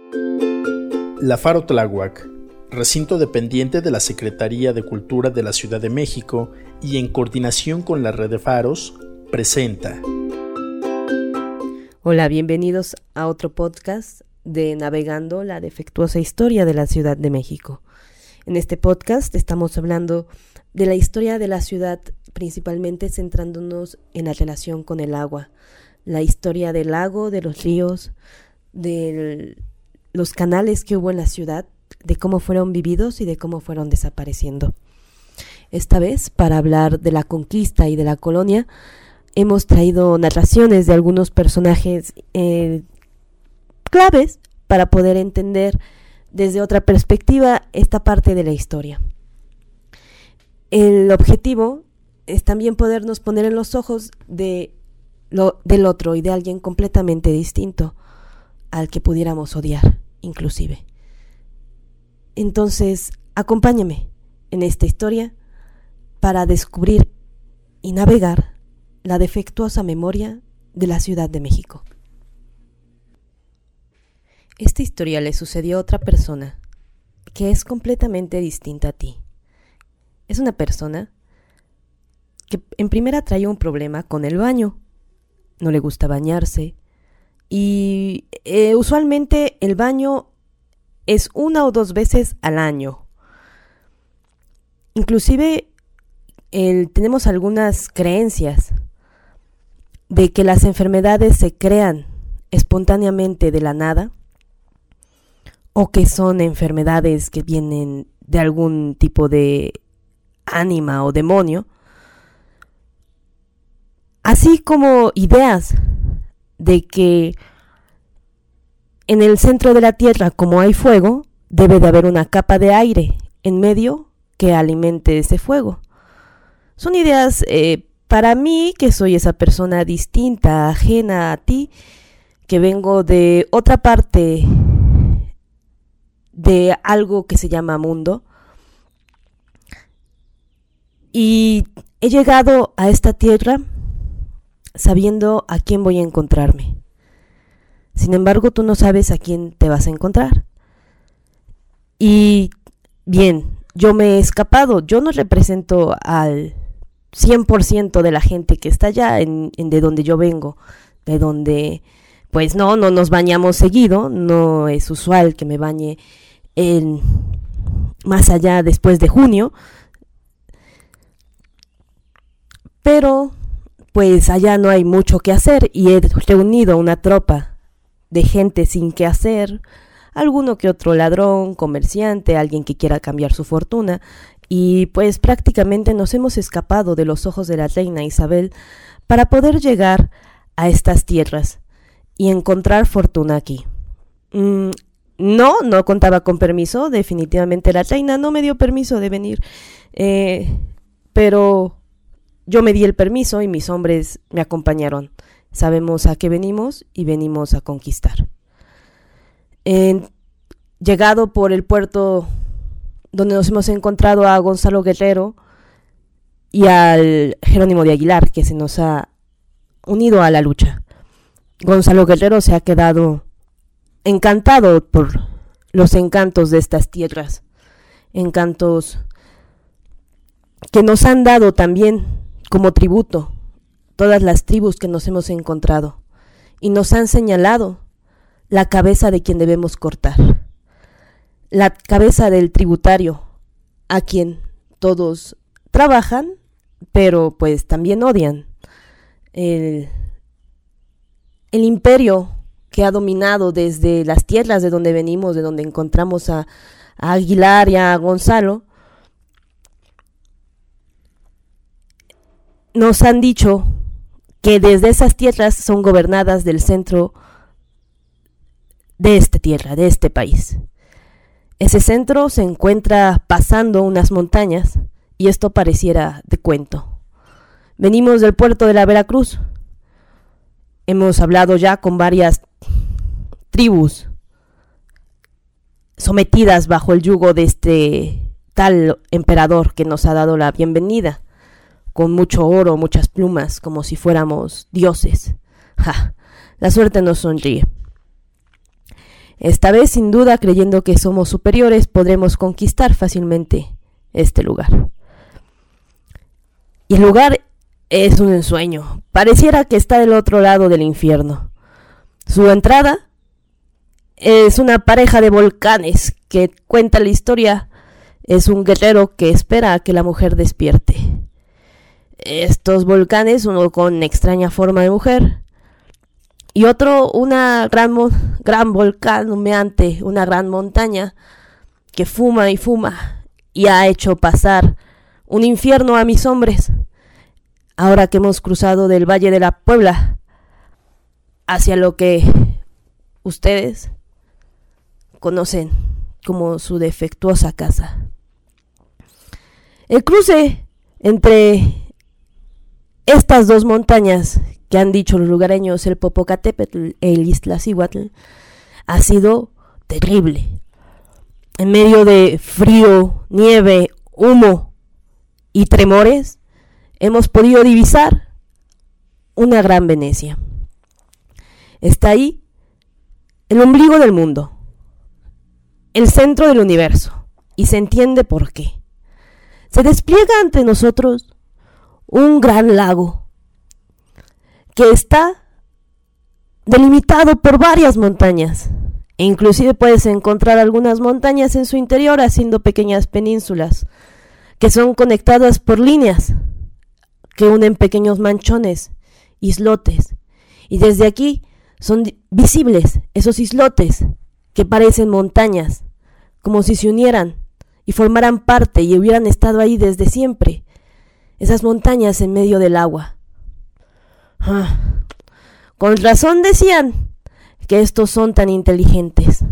La Faro Tláhuac, recinto dependiente de la Secretaría de Cultura de la Ciudad de México y en coordinación con la Red de Faros, presenta. Hola, bienvenidos a otro podcast de Navegando la defectuosa historia de la Ciudad de México. En este podcast estamos hablando de la historia de la ciudad, principalmente centrándonos en la relación con el agua, la historia del lago, de los ríos, de los canales que hubo en la ciudad, de cómo fueron vividos y de cómo fueron desapareciendo. Esta vez, para hablar de la conquista y de la colonia, hemos traído narraciones de algunos personajes claves para poder entender desde otra perspectiva esta parte de la historia. El objetivo es también podernos poner en los ojos del otro y de alguien completamente distinto al que pudiéramos odiar, inclusive. Entonces, acompáñame en esta historia para descubrir y navegar la defectuosa memoria de la Ciudad de México. Esta historia le sucedió a otra persona que es completamente distinta a ti. Es una persona que en primera traía un problema con el baño. No le gusta bañarse y usualmente el baño es 1 o 2 veces al año. Inclusive tenemos algunas creencias de que las enfermedades se crean espontáneamente de la nada o que son enfermedades que vienen de algún tipo de ánima o demonio, así como ideas de que en el centro de la tierra, como hay fuego, debe de haber una capa de aire en medio que alimente ese fuego. Son ideas para mí, que soy esa persona distinta, ajena a ti, que vengo de otra parte de algo que se llama mundo, y he llegado a esta tierra sabiendo a quién voy a encontrarme. Sin embargo, tú no sabes a quién te vas a encontrar. Y bien, yo me he escapado. Yo no represento al 100% de la gente que está allá, de donde yo vengo, de donde, pues no nos bañamos seguido. No es usual que me bañe más allá después de junio. Pero pues allá no hay mucho que hacer y he reunido una tropa de gente sin qué hacer, alguno que otro ladrón, comerciante, alguien que quiera cambiar su fortuna, y pues prácticamente nos hemos escapado de los ojos de la reina Isabel para poder llegar a estas tierras y encontrar fortuna aquí. No contaba con permiso, definitivamente la reina no me dio permiso de venir, pero yo me di el permiso y mis hombres me acompañaron. Sabemos a qué venimos y venimos a conquistar. Llegado por el puerto donde nos hemos encontrado a Gonzalo Guerrero y al Jerónimo de Aguilar, que se nos ha unido a la lucha. Gonzalo Guerrero se ha quedado encantado por los encantos de estas tierras, encantos que nos han dado también como tributo todas las tribus que nos hemos encontrado, y nos han señalado la cabeza de quien debemos cortar, la cabeza del tributario, a quien todos trabajan, pero pues también odian. El imperio que ha dominado desde las tierras de donde venimos, de donde encontramos a Aguilar y a Gonzalo, nos han dicho que desde esas tierras son gobernadas del centro de esta tierra, de este país. Ese centro se encuentra pasando unas montañas y esto pareciera de cuento. Venimos del puerto de la Veracruz. Hemos hablado ya con varias tribus sometidas bajo el yugo de este tal emperador que nos ha dado la bienvenida, con mucho oro, muchas plumas, como si fuéramos dioses. La suerte nos sonríe. Esta vez, sin duda, creyendo que somos superiores, podremos conquistar fácilmente este lugar. Y el lugar es un ensueño. Pareciera que está del otro lado del infierno. Su entrada es una pareja de volcanes que cuenta la historia. Es un guerrero que espera a que la mujer despierte. Estos volcanes, uno con extraña forma de mujer y otro una gran volcán humeante, una gran montaña que fuma y ha hecho pasar un infierno a mis hombres. Ahora que hemos cruzado del Valle de la Puebla hacia lo que ustedes conocen como su defectuosa casa. El cruce entre estas dos montañas que han dicho los lugareños, el Popocatépetl e el Iztaccíhuatl, ha sido terrible. En medio de frío, nieve, humo y tremores, hemos podido divisar una gran Venecia. Está ahí el ombligo del mundo, el centro del universo, y se entiende por qué. Se despliega ante nosotros un gran lago que está delimitado por varias montañas, e inclusive puedes encontrar algunas montañas en su interior haciendo pequeñas penínsulas que son conectadas por líneas que unen pequeños manchones, islotes, y desde aquí son visibles esos islotes que parecen montañas, como si se unieran y formaran parte y hubieran estado ahí desde siempre. Esas montañas en medio del agua. Con razón decían que estos son tan inteligentes.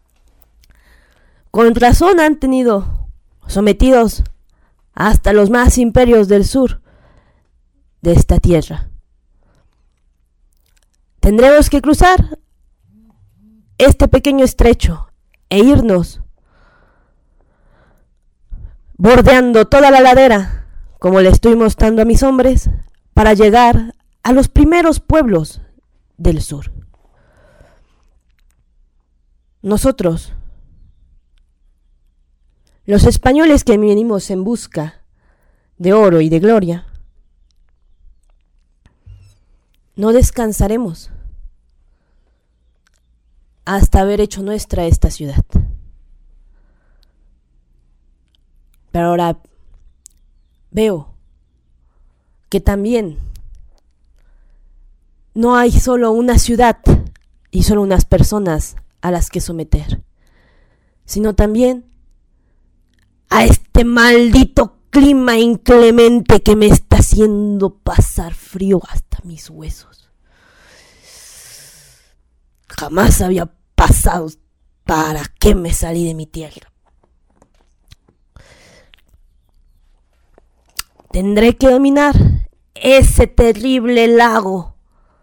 Con razón han tenido sometidos hasta los más imperios del sur de esta tierra. Tendremos que cruzar este pequeño estrecho e irnos bordeando toda la ladera, como le estoy mostrando a mis hombres, para llegar a los primeros pueblos del sur. Nosotros, los españoles que venimos en busca de oro y de gloria, no descansaremos hasta haber hecho nuestra esta ciudad. Pero ahora veo que también no hay solo una ciudad y solo unas personas a las que someter, sino también a este maldito clima inclemente que me está haciendo pasar frío hasta mis huesos. Jamás había pasado. ¿Para qué me salí de mi tierra? Tendré que dominar ese terrible lago.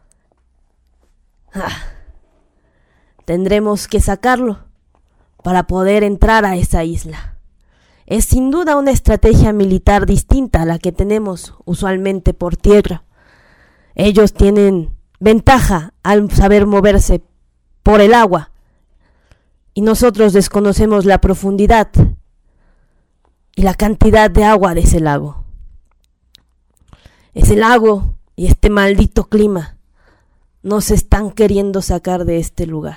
Tendremos que sacarlo para poder entrar a esa isla. Es sin duda una estrategia militar distinta a la que tenemos usualmente por tierra. Ellos tienen ventaja al saber moverse por el agua y nosotros desconocemos la profundidad y la cantidad de agua de ese lago. Ese lago y este maldito clima nos están queriendo sacar de este lugar.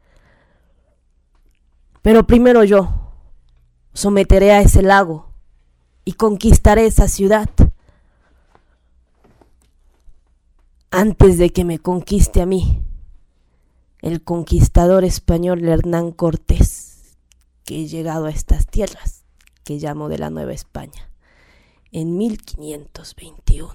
Pero primero yo someteré a ese lago y conquistaré esa ciudad antes de que me conquiste a mí el conquistador español Hernán Cortés, que he llegado a estas tierras que llamo de la Nueva España en 1521.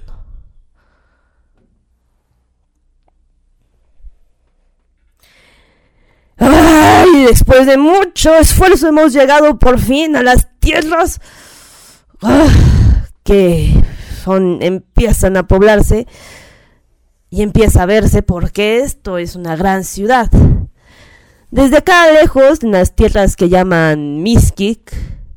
¡Ay! Después de mucho esfuerzo hemos llegado por fin a las tierras que empiezan a poblarse y empieza a verse porque esto es una gran ciudad. Desde acá lejos, en las tierras que llaman Mixquic,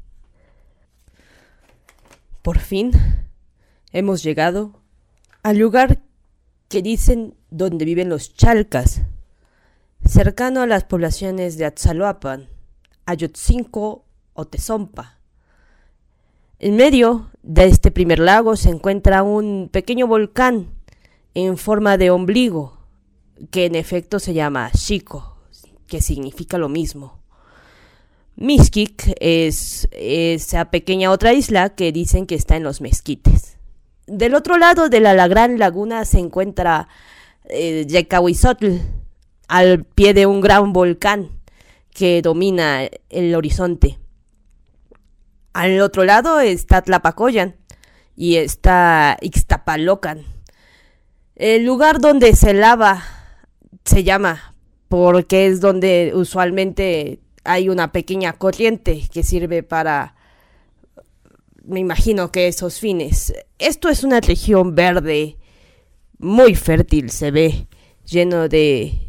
por fin hemos llegado al lugar que dicen donde viven los chalcas, cercano a las poblaciones de Atzaloapan, Ayotzinco o Tezompa. En medio de este primer lago se encuentra un pequeño volcán en forma de ombligo, que en efecto se llama Xico, que significa lo mismo. Mixquic es esa pequeña otra isla que dicen que está en los mezquites. Del otro lado de la gran laguna se encuentra Yecahuizotl, al pie de un gran volcán que domina el horizonte. Al otro lado está Tlapacoyan y está Ixtapalocan. El lugar donde se lava se llama porque es donde usualmente hay una pequeña corriente que sirve para, me imagino que esos fines. Esto es una región verde muy fértil, se ve, lleno de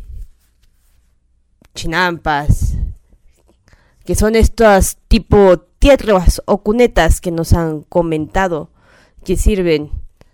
chinampas, que son estas tipo tierras o cunetas que nos han comentado que sirven.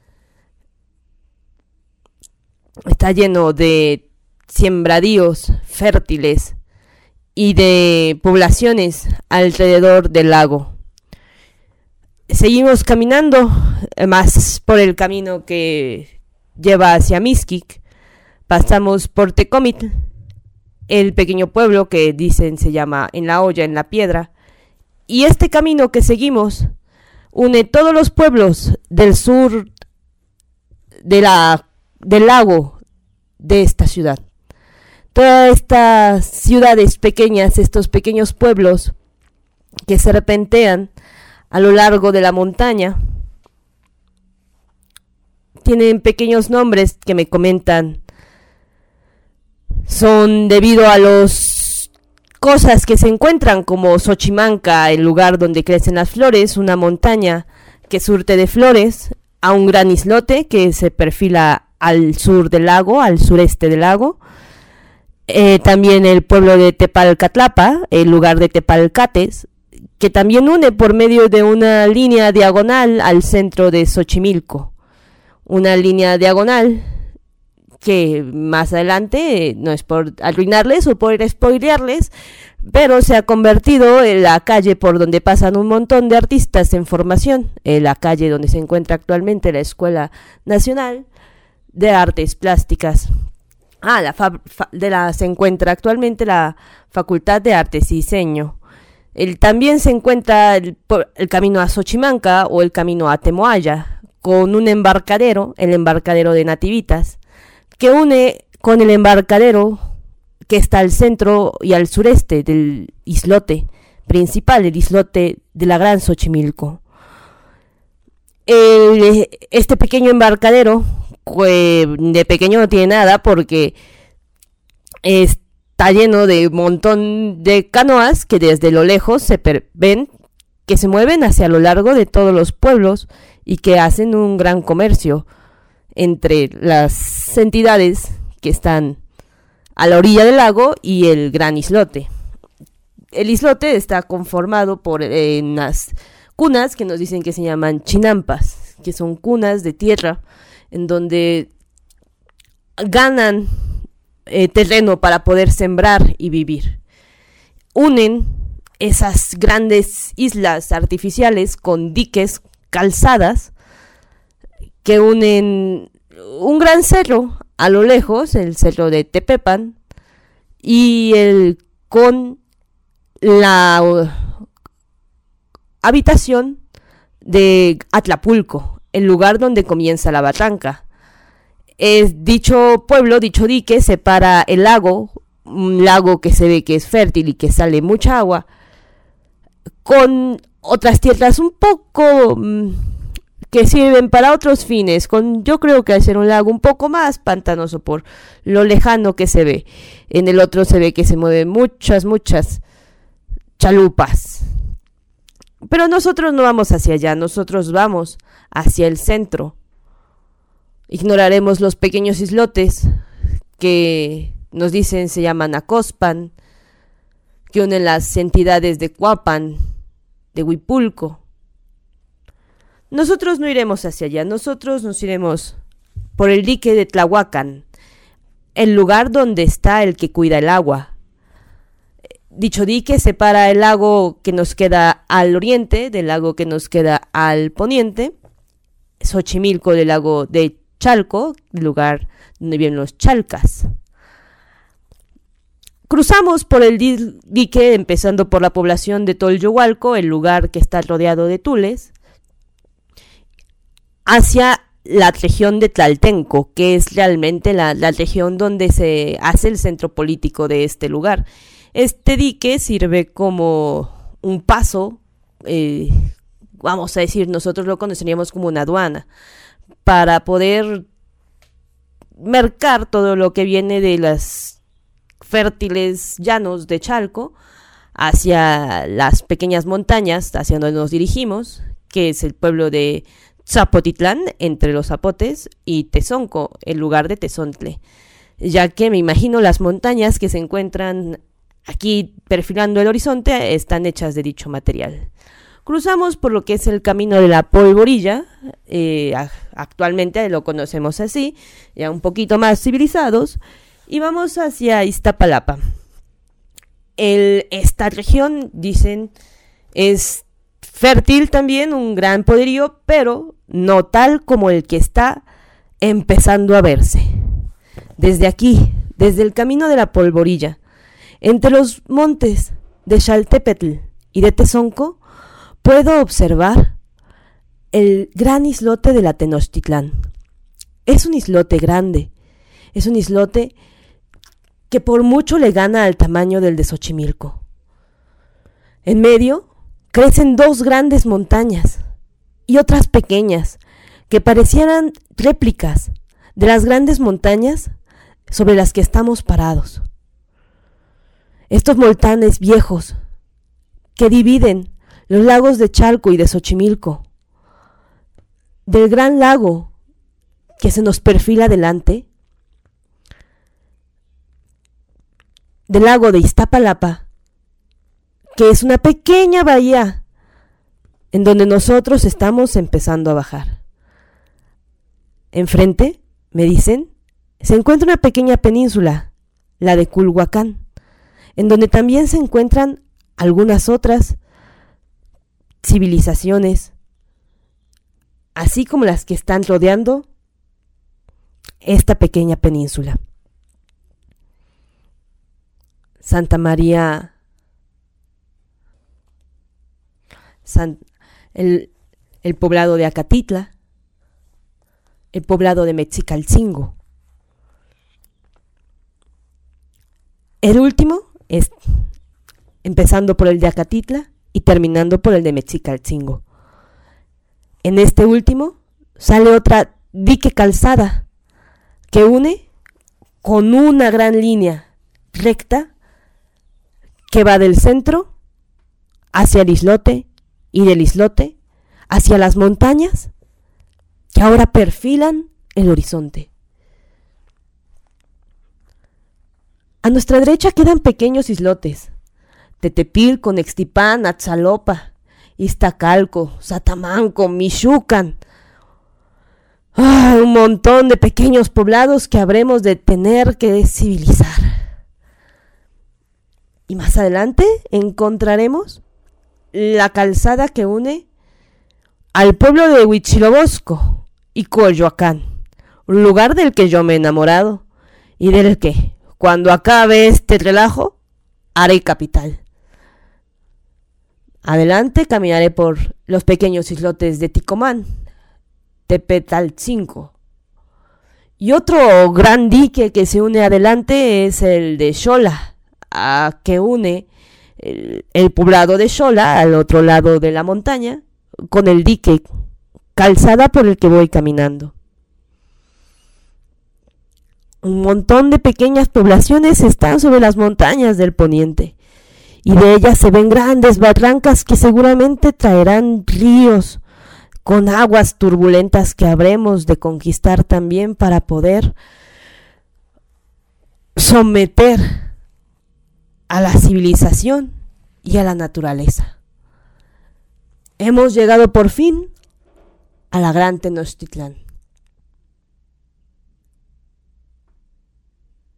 Está lleno de sembradíos fértiles y de poblaciones alrededor del lago. Seguimos caminando más por el camino que lleva hacia Mixquic. Pasamos por Tecomitl, el pequeño pueblo que dicen se llama En la Olla, en la Piedra. Y este camino que seguimos une todos los pueblos del sur del lago de esta ciudad. Todas estas ciudades pequeñas, estos pequeños pueblos que serpentean a lo largo de la montaña, tienen pequeños nombres que me comentan. Son debido a las cosas que se encuentran, como Xochimanca, el lugar donde crecen las flores, una montaña que surte de flores, a un gran islote que se perfila al sur del lago, al sureste del lago. También el pueblo de Tepalcatlapa, el lugar de Tepalcates, que también une por medio de una línea diagonal al centro de Xochimilco. Una línea diagonal que más adelante, no es por arruinarles o por spoilearles, pero se ha convertido en la calle por donde pasan un montón de artistas en formación, en la calle donde se encuentra actualmente la Escuela Nacional de Artes Plásticas. Se encuentra actualmente la Facultad de Artes y Diseño. También se encuentra el camino a Xochimanca o el camino a Temoaya, con un embarcadero, el embarcadero de Nativitas, que une con el embarcadero que está al centro y al sureste del islote principal, el islote de la Gran Xochimilco. Este pequeño embarcadero, de pequeño no tiene nada porque está lleno de un montón de canoas que desde lo lejos se ven que se mueven hacia lo largo de todos los pueblos y que hacen un gran comercio entre las entidades que están a la orilla del lago y el gran islote. El islote está conformado por unas cunas que nos dicen que se llaman chinampas, que son cunas de tierra en donde ganan terreno para poder sembrar y vivir. Unen esas grandes islas artificiales con diques, calzadas, que unen un gran cerro a lo lejos, el cerro de Tepepan, y con la habitación de Atlapulco, el lugar donde comienza la barranca. Dicho pueblo, dicho dique, separa el lago, un lago que se ve que es fértil y que sale mucha agua, con otras tierras un poco que sirven para otros fines, yo creo que al ser un lago un poco más pantanoso por lo lejano que se ve. En el otro se ve que se mueven muchas chalupas. Pero nosotros no vamos hacia allá, nosotros vamos hacia el centro. Ignoraremos los pequeños islotes que nos dicen se llaman Acospan, que unen las entidades de Cuapan, de Huipulco. Nosotros no iremos hacia allá, nosotros nos iremos por el dique de Tlahuacan. el lugar donde está el que cuida el agua. Dicho dique separa el lago que nos queda al oriente del lago que nos queda al poniente. Xochimilco del lago de Chalco, el lugar donde viven los chalcas. Cruzamos por el dique empezando por la población de Tolyohualco, el lugar que está rodeado de tules, hacia la región de Tlaltenco, que es realmente la región donde se hace el centro político de este lugar. Este dique sirve como un paso, vamos a decir, nosotros lo conoceríamos como una aduana, para poder mercar todo lo que viene de las fértiles llanos de Chalco hacia las pequeñas montañas hacia donde nos dirigimos, que es el pueblo de Zapotitlán, entre los zapotes, y Tezonco, el lugar de Tezontle, ya que me imagino las montañas que se encuentran aquí perfilando el horizonte están hechas de dicho material. Cruzamos por lo que es el camino de la Polvorilla, actualmente lo conocemos así, ya un poquito más civilizados, y vamos hacia Iztapalapa. Esta región, dicen, es fértil también, un gran poderío, pero no tal como el que está empezando a verse. Desde aquí, desde el camino de la Polvorilla, entre los montes de Xaltépetl y de Tezonco, puedo observar el gran islote de la Tenochtitlán. Es un islote grande, es un islote que por mucho le gana al tamaño del de Xochimilco. En medio crecen dos grandes montañas y otras pequeñas que parecieran réplicas de las grandes montañas sobre las que estamos parados. Estos volcanes viejos que dividen los lagos de Chalco y de Xochimilco, del gran lago que se nos perfila delante, del lago de Iztapalapa, que es una pequeña bahía en donde nosotros estamos empezando a bajar. Enfrente, me dicen, se encuentra una pequeña península, la de Culhuacán, en donde también se encuentran algunas otras civilizaciones, así como las que están rodeando esta pequeña península. Santa María, el poblado de Acatitla, el poblado de Mexicalcingo. El último es empezando por el de Acatitla y terminando por el de Mexicalcingo. En este último sale otra dique calzada que une con una gran línea recta que va del centro hacia el islote y del islote hacia las montañas que ahora perfilan el horizonte. A nuestra derecha quedan pequeños islotes: Tetepilco, Nextipán, Atzalopa, Iztacalco, Satamanco, Michucan. Un montón de pequeños poblados que habremos de tener que civilizar. Y más adelante encontraremos la calzada que une al pueblo de Huitzilopochtli y Coyoacán, un lugar del que yo me he enamorado y del que, cuando acabe este relajo, haré capital. Adelante caminaré por los pequeños islotes de Ticomán, Tepetalcingo. Y otro gran dique que se une adelante es el de Xola, que une el poblado de Xola al otro lado de la montaña con el dique, calzada por el que voy caminando. Un montón de pequeñas poblaciones están sobre las montañas del poniente, y de ellas se ven grandes barrancas que seguramente traerán ríos con aguas turbulentas que habremos de conquistar también para poder someter a la civilización y a la naturaleza. Hemos llegado por fin a la gran Tenochtitlán.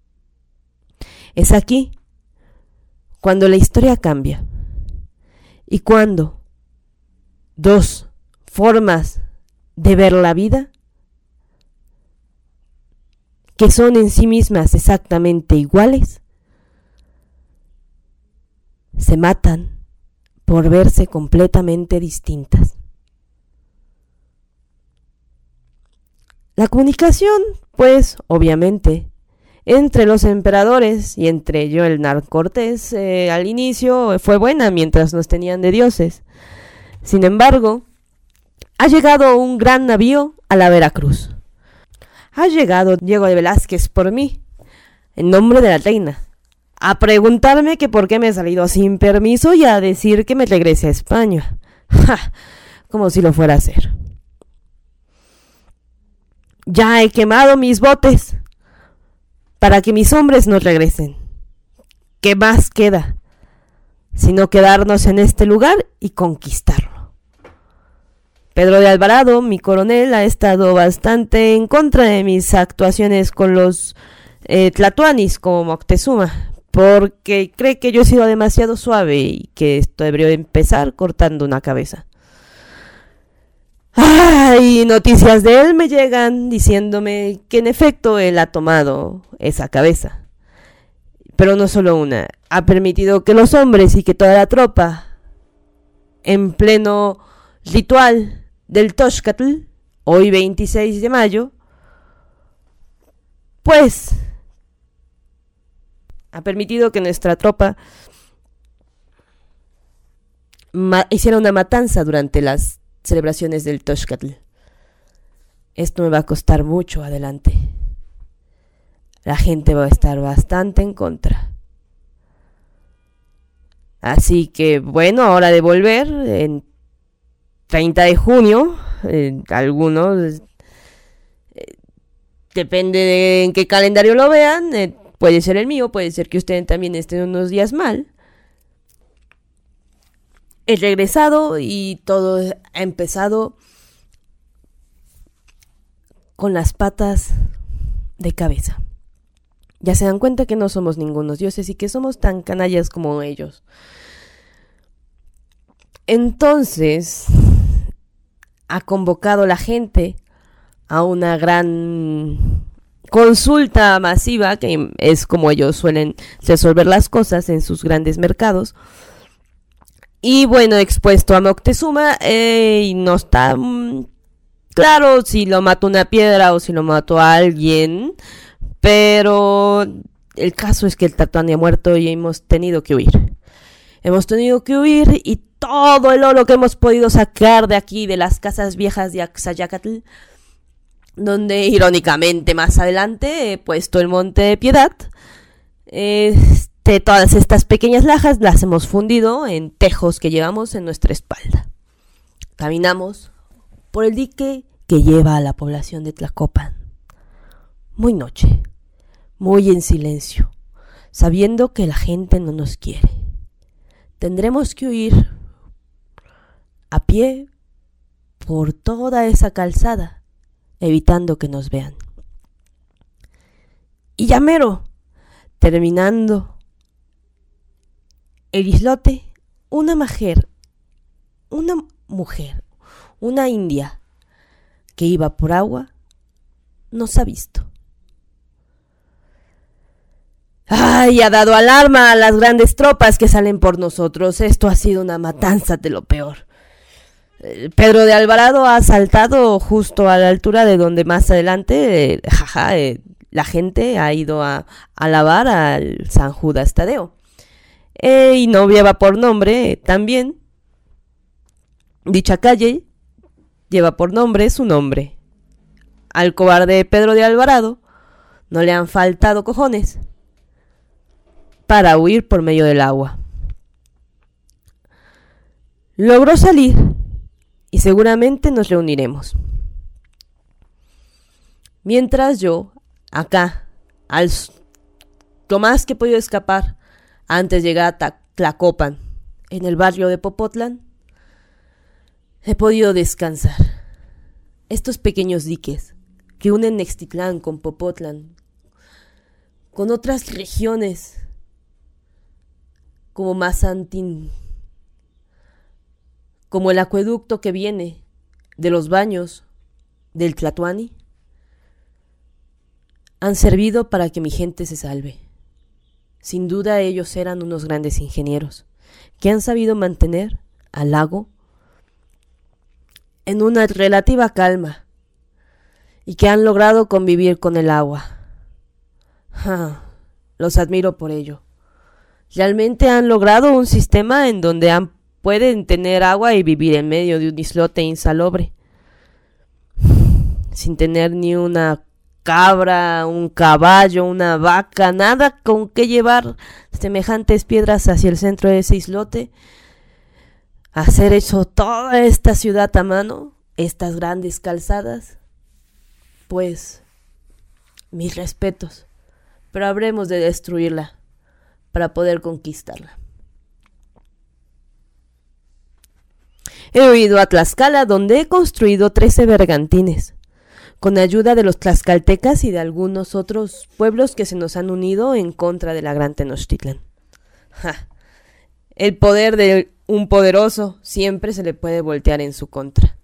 Es aquí cuando la historia cambia y cuando dos formas de ver la vida que son en sí mismas exactamente iguales se matan por verse completamente distintas. La comunicación, pues, obviamente, entre los emperadores y entre ellos el Hernán Cortés, al inicio fue buena mientras nos tenían de dioses. Sin embargo, ha llegado un gran navío a la Veracruz. Ha llegado Diego de Velázquez por mí, en nombre de la reina, a preguntarme que por qué me he salido sin permiso y a decir que me regrese a España. ¡Ja! Como si lo fuera a hacer. Ya he quemado mis botes para que mis hombres no regresen. ¿Qué más queda? Sino quedarnos en este lugar y conquistarlo. Pedro de Alvarado, mi coronel, ha estado bastante en contra de mis actuaciones con los tlatoanis como Moctezuma, porque cree que yo he sido demasiado suave y que esto debería empezar cortando una cabeza. Y noticias de él me llegan diciéndome que en efecto él ha tomado esa cabeza. Pero no solo una, ha permitido que los hombres y que toda la tropa, en pleno ritual del Toxcatl, hoy 26 de mayo, pues ha permitido que nuestra tropa hiciera una matanza durante las celebraciones del Toxcatl. Esto me va a costar mucho adelante. La gente va a estar bastante en contra. Así que, bueno, hora de volver. En 30 de junio, algunos, depende de en qué calendario lo vean, puede ser el mío, puede ser que ustedes también estén unos días mal. He regresado y todo ha empezado con las patas de cabeza. Ya se dan cuenta que no somos ningunos dioses y que somos tan canallas como ellos. Entonces, ha convocado la gente a una gran consulta masiva, que es como ellos suelen resolver las cosas en sus grandes mercados. Y bueno, expuesto a Moctezuma, y no está claro si lo mató una piedra o si lo mató a alguien, pero el caso es que el Tlatoani ha muerto y hemos tenido que huir. Hemos tenido que huir y todo el oro que hemos podido sacar de aquí, de las casas viejas de Axayacatl, donde irónicamente más adelante he puesto el Monte de Piedad, todas estas pequeñas lajas las hemos fundido en tejos que llevamos en nuestra espalda. Caminamos por el dique que lleva a la población de Tlacopan. Muy noche, muy en silencio, sabiendo que la gente no nos quiere. Tendremos que huir a pie por toda esa calzada, evitando que nos vean. Y ya mero, terminando el islote, una mujer, una india que iba por agua, nos ha visto. ¡Ay! Ha dado alarma a las grandes tropas que salen por nosotros. Esto ha sido una matanza de lo peor. Pedro de Alvarado ha saltado justo a la altura de donde más adelante, la gente ha ido a alabar al San Judas Tadeo. Y no lleva por nombre también. Dicha calle lleva por nombre su nombre. Al cobarde Pedro de Alvarado no le han faltado cojones para huir por medio del agua. Logró salir y seguramente nos reuniremos. Mientras yo, acá, lo más que he podido escapar antes de llegar a Tlacopan, en el barrio de Popotlan, he podido descansar. Estos pequeños diques que unen Nextitlán con Popotlan, con otras regiones como Mazantín, como el acueducto que viene de los baños del Tlatoani, han servido para que mi gente se salve. Sin duda ellos eran unos grandes ingenieros que han sabido mantener al lago en una relativa calma y que han logrado convivir con el agua. Los admiro por ello. Realmente han logrado un sistema en donde pueden tener agua y vivir en medio de un islote insalubre, sin tener ni una cabra, un caballo, una vaca, nada con que llevar semejantes piedras hacia el centro de ese islote. Hacer eso toda esta ciudad a mano, estas grandes calzadas, pues mis respetos, pero habremos de destruirla para poder conquistarla. He ido a Tlaxcala, donde he construido 13 bergantines, con ayuda de los tlaxcaltecas y de algunos otros pueblos que se nos han unido en contra de la Gran Tenochtitlan. El poder de un poderoso siempre se le puede voltear en su contra.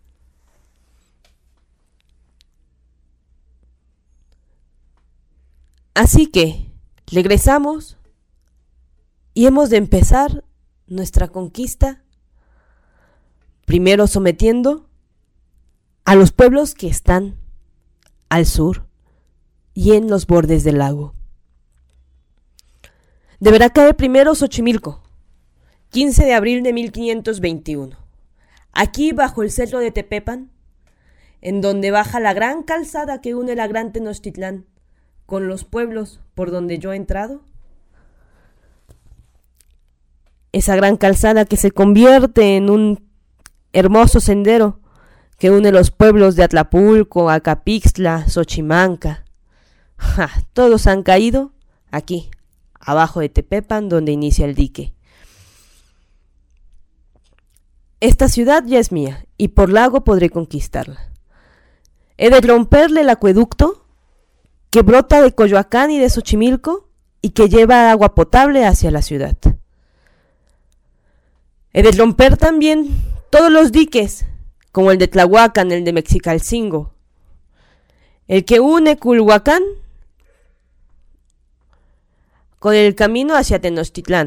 Así que regresamos y hemos de empezar nuestra conquista, primero sometiendo a los pueblos que están al sur y en los bordes del lago. Deberá caer primero Xochimilco, 15 de abril de 1521, aquí bajo el cerro de Tepepan, en donde baja la gran calzada que une la Gran Tenochtitlán con los pueblos por donde yo he entrado. Esa gran calzada que se convierte en un hermoso sendero que une los pueblos de Atlapulco, Acapixtla, Xochimanca. Todos han caído aquí, abajo de Tepepan, donde inicia el dique. Esta ciudad ya es mía y por lago podré conquistarla. He de romperle el acueducto que brota de Coyoacán y de Xochimilco y que lleva agua potable hacia la ciudad. He de romper también todos los diques, como el de Tlahuacan, el de Mexicalcingo, el que une Culhuacán con el camino hacia Tenochtitlán.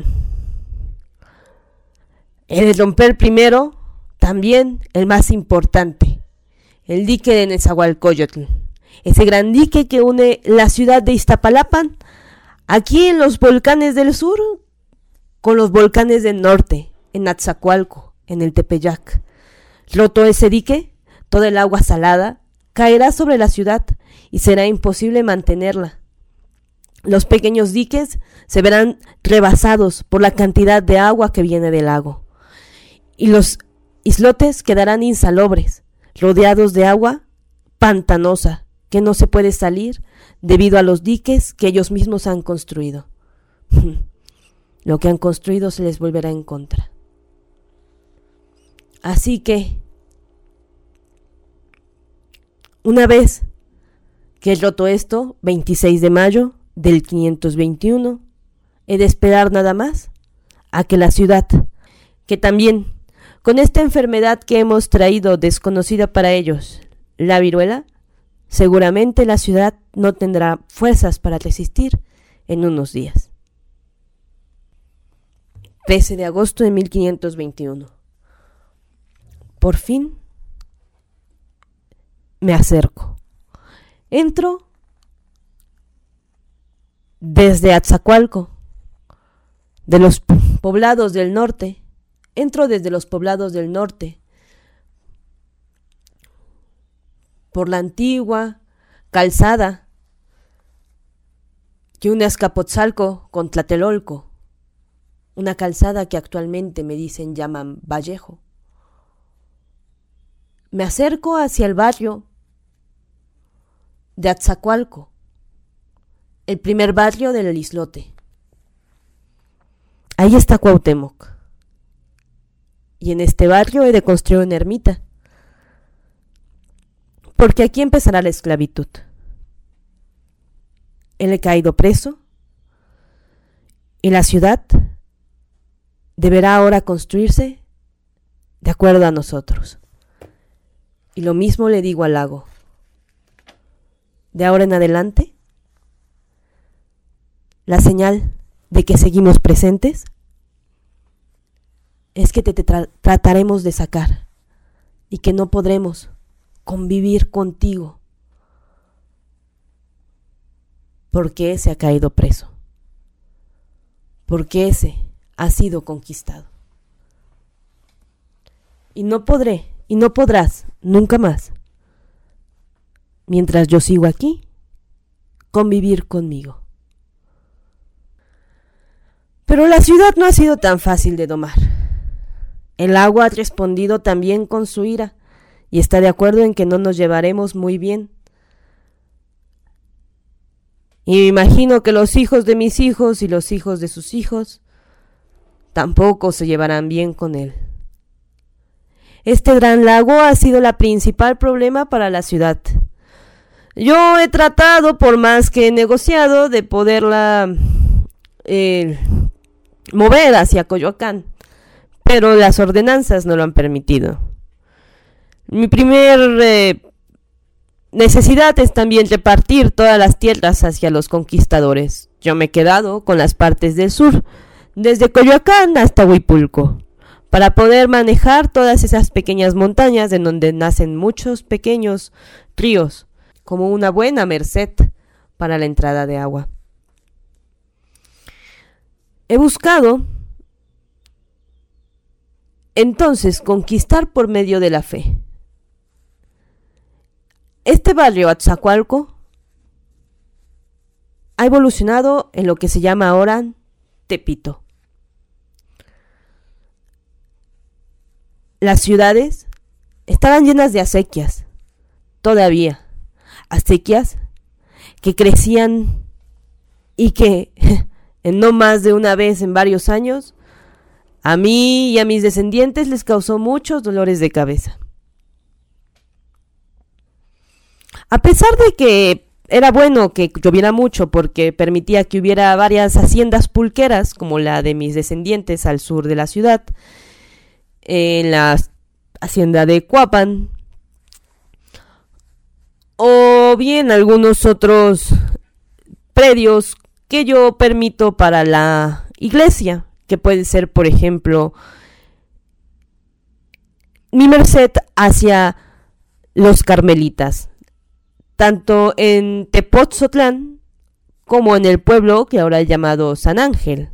He de romper primero también el más importante, el dique de Nezahualcóyotl, ese gran dique que une la ciudad de Iztapalapan, aquí en los volcanes del sur, con los volcanes del norte, en Atzacoalco, en el Tepeyac. Roto ese dique, toda el agua salada caerá sobre la ciudad y será imposible mantenerla. Los pequeños diques se verán rebasados por la cantidad de agua que viene del lago, y los islotes quedarán insalubres, rodeados de agua pantanosa que no se puede salir debido a los diques que ellos mismos han construido. Lo que han construido se les volverá en contra. Así que, una vez que he roto esto, 26 de mayo del 521, he de esperar nada más a que la ciudad, que también con esta enfermedad que hemos traído desconocida para ellos, la viruela, seguramente la ciudad no tendrá fuerzas para resistir en unos días. 13 de agosto de 1521. Por fin me acerco. Entro desde Atzacoalco, de los poblados del norte. Entro desde los poblados del norte, por la antigua calzada que une Azcapotzalco con Tlatelolco, una calzada que actualmente me dicen llaman Vallejo. Me acerco hacia el barrio de Atzacoalco, el primer barrio del islote. Ahí está Cuauhtémoc. Y en este barrio he de construir una ermita, porque aquí empezará la esclavitud. Él he caído preso y la ciudad deberá ahora construirse de acuerdo a nosotros. Y lo mismo le digo al lago. De ahora en adelante, la señal de que seguimos presentes es que te trataremos de sacar y que no podremos convivir contigo porque ese ha caído preso, porque ese ha sido conquistado. Y no podré y no podrás nunca más, mientras yo sigo aquí, convivir conmigo. Pero la ciudad no ha sido tan fácil de domar. El agua ha respondido también con su ira y está de acuerdo en que no nos llevaremos muy bien. Y me imagino que los hijos de mis hijos y los hijos de sus hijos tampoco se llevarán bien con él. Este gran lago ha sido el principal problema para la ciudad. Yo he tratado, por más que he negociado, de poderla mover hacia Coyoacán, pero las ordenanzas no lo han permitido. Mi primer necesidad es también repartir todas las tierras hacia los conquistadores. Yo me he quedado con las partes del sur, desde Coyoacán hasta Huipulco, para poder manejar todas esas pequeñas montañas en donde nacen muchos pequeños ríos, como una buena merced para la entrada de agua. He buscado entonces conquistar por medio de la fe. Este barrio Atzacoalco ha evolucionado en lo que se llama ahora Tepito. Las ciudades estaban llenas de acequias, todavía, acequias que crecían y que en no más de una vez en varios años, a mí y a mis descendientes les causó muchos dolores de cabeza. A pesar de que era bueno que lloviera mucho porque permitía que hubiera varias haciendas pulqueras, como la de mis descendientes al sur de la ciudad, en la hacienda de Cuapan, o bien algunos otros predios que yo permito para la iglesia, que puede ser, por ejemplo, mi merced hacia los carmelitas, tanto en Tepotzotlán como en el pueblo que ahora es llamado San Ángel,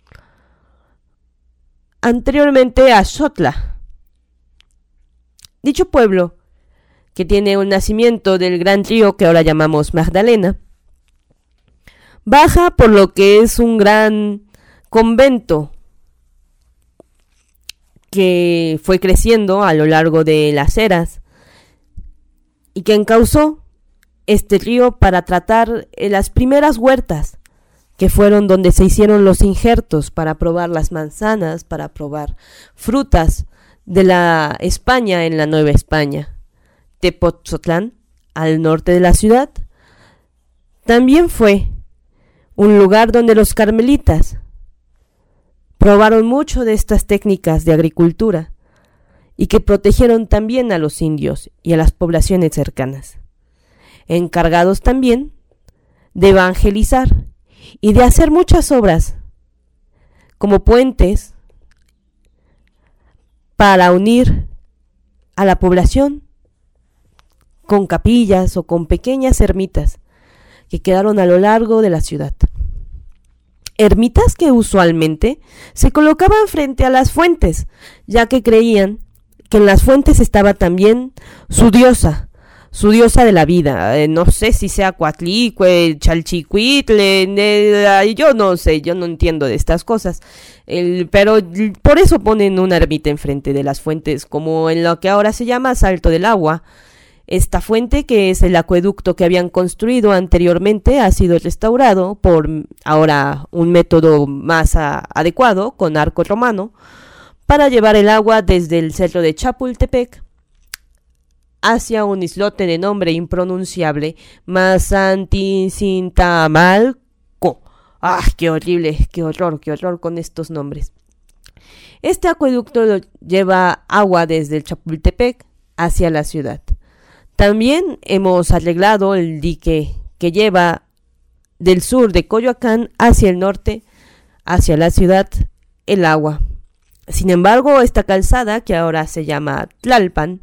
anteriormente a Xotla. Dicho pueblo, que tiene un nacimiento del gran río que ahora llamamos Magdalena, baja por lo que es un gran convento que fue creciendo a lo largo de las eras y que encauzó este río para tratar las primeras huertas, que fueron donde se hicieron los injertos para probar las manzanas, para probar frutas de la España en la Nueva España. Tepotzotlán, al norte de la ciudad, también fue un lugar donde los carmelitas probaron mucho de estas técnicas de agricultura y que protegieron también a los indios y a las poblaciones cercanas, encargados también de evangelizar y de hacer muchas obras como puentes para unir a la población con capillas o con pequeñas ermitas que quedaron a lo largo de la ciudad. Ermitas que usualmente se colocaban frente a las fuentes, ya que creían que en las fuentes estaba también su diosa de la vida. No sé si sea Coatlicue, Chalchicuitle, yo no sé, yo no entiendo de estas cosas. Pero por eso ponen una ermita enfrente de las fuentes, como en lo que ahora se llama Salto del Agua. Esta fuente, que es el acueducto que habían construido anteriormente, ha sido restaurado por ahora un método más adecuado, con arco romano, para llevar el agua desde el cerro de Chapultepec hacia un islote de nombre impronunciable, Mazantincintamalco. ¡Ah, qué horrible, qué horror con estos nombres! Este acueducto lleva agua desde el Chapultepec hacia la ciudad. También hemos arreglado el dique que lleva del sur de Coyoacán hacia el norte, hacia la ciudad, el agua. Sin embargo, esta calzada, que ahora se llama Tlalpan,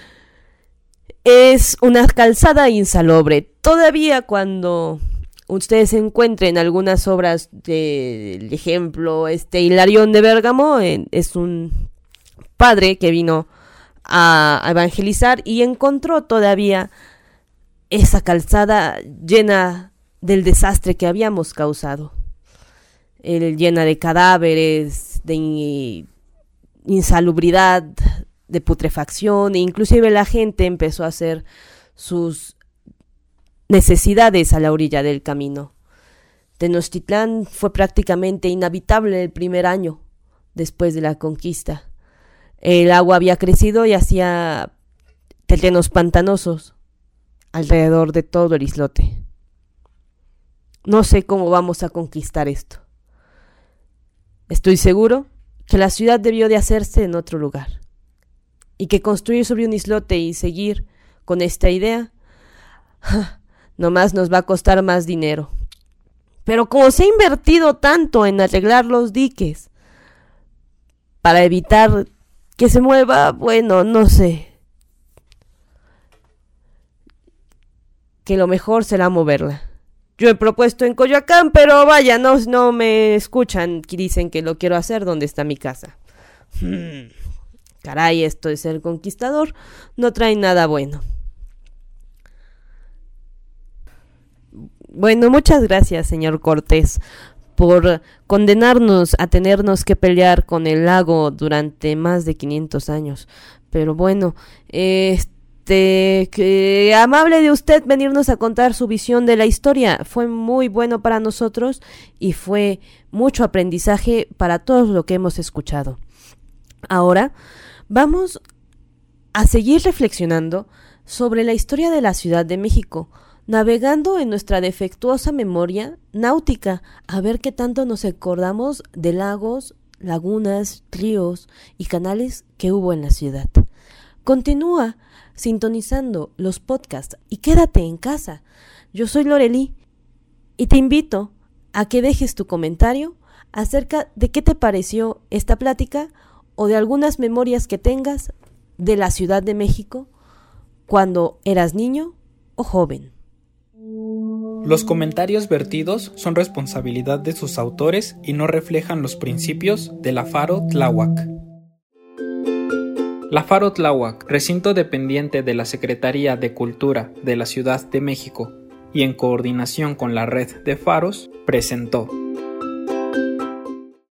es una calzada insalubre. Todavía cuando ustedes encuentren algunas obras del ejemplo, Hilarión de Bérgamo, es un padre que vino a evangelizar y encontró todavía esa calzada llena del desastre que habíamos causado, llena de cadáveres, de insalubridad, de putrefacción, e inclusive la gente empezó a hacer sus necesidades a la orilla del camino. Tenochtitlán fue prácticamente inhabitable el primer año después de la conquista. El agua había crecido y hacía terrenos pantanosos alrededor de todo el islote. No sé cómo vamos a conquistar esto. Estoy seguro que la ciudad debió de hacerse en otro lugar, y que construir sobre un islote y seguir con esta idea nomás nos va a costar más dinero. Pero como se ha invertido tanto en arreglar los diques para evitar que se mueva, bueno, no sé, que lo mejor será moverla. Yo he propuesto en Coyoacán, pero vaya, no me escuchan, que dicen que lo quiero hacer donde está mi casa. Caray, esto de ser conquistador no trae nada bueno. Bueno, muchas gracias, señor Cortés, por condenarnos a tenernos que pelear con el lago durante más de 500 años. Pero bueno, que amable de usted venirnos a contar su visión de la historia. Fue muy bueno para nosotros y fue mucho aprendizaje para todos lo que hemos escuchado. Ahora vamos a seguir reflexionando sobre la historia de la Ciudad de México, navegando en nuestra defectuosa memoria náutica, a ver qué tanto nos acordamos de lagos, lagunas, ríos y canales que hubo en la ciudad. Continúa sintonizando los podcasts y quédate en casa. Yo soy Lorelí y te invito a que dejes tu comentario acerca de qué te pareció esta plática o de algunas memorias que tengas de la Ciudad de México cuando eras niño o joven. Los comentarios vertidos son responsabilidad de sus autores y no reflejan los principios de la Faro Tláhuac. La Faro Tláhuac, recinto dependiente de la Secretaría de Cultura de la Ciudad de México y en coordinación con la red de faros, presentó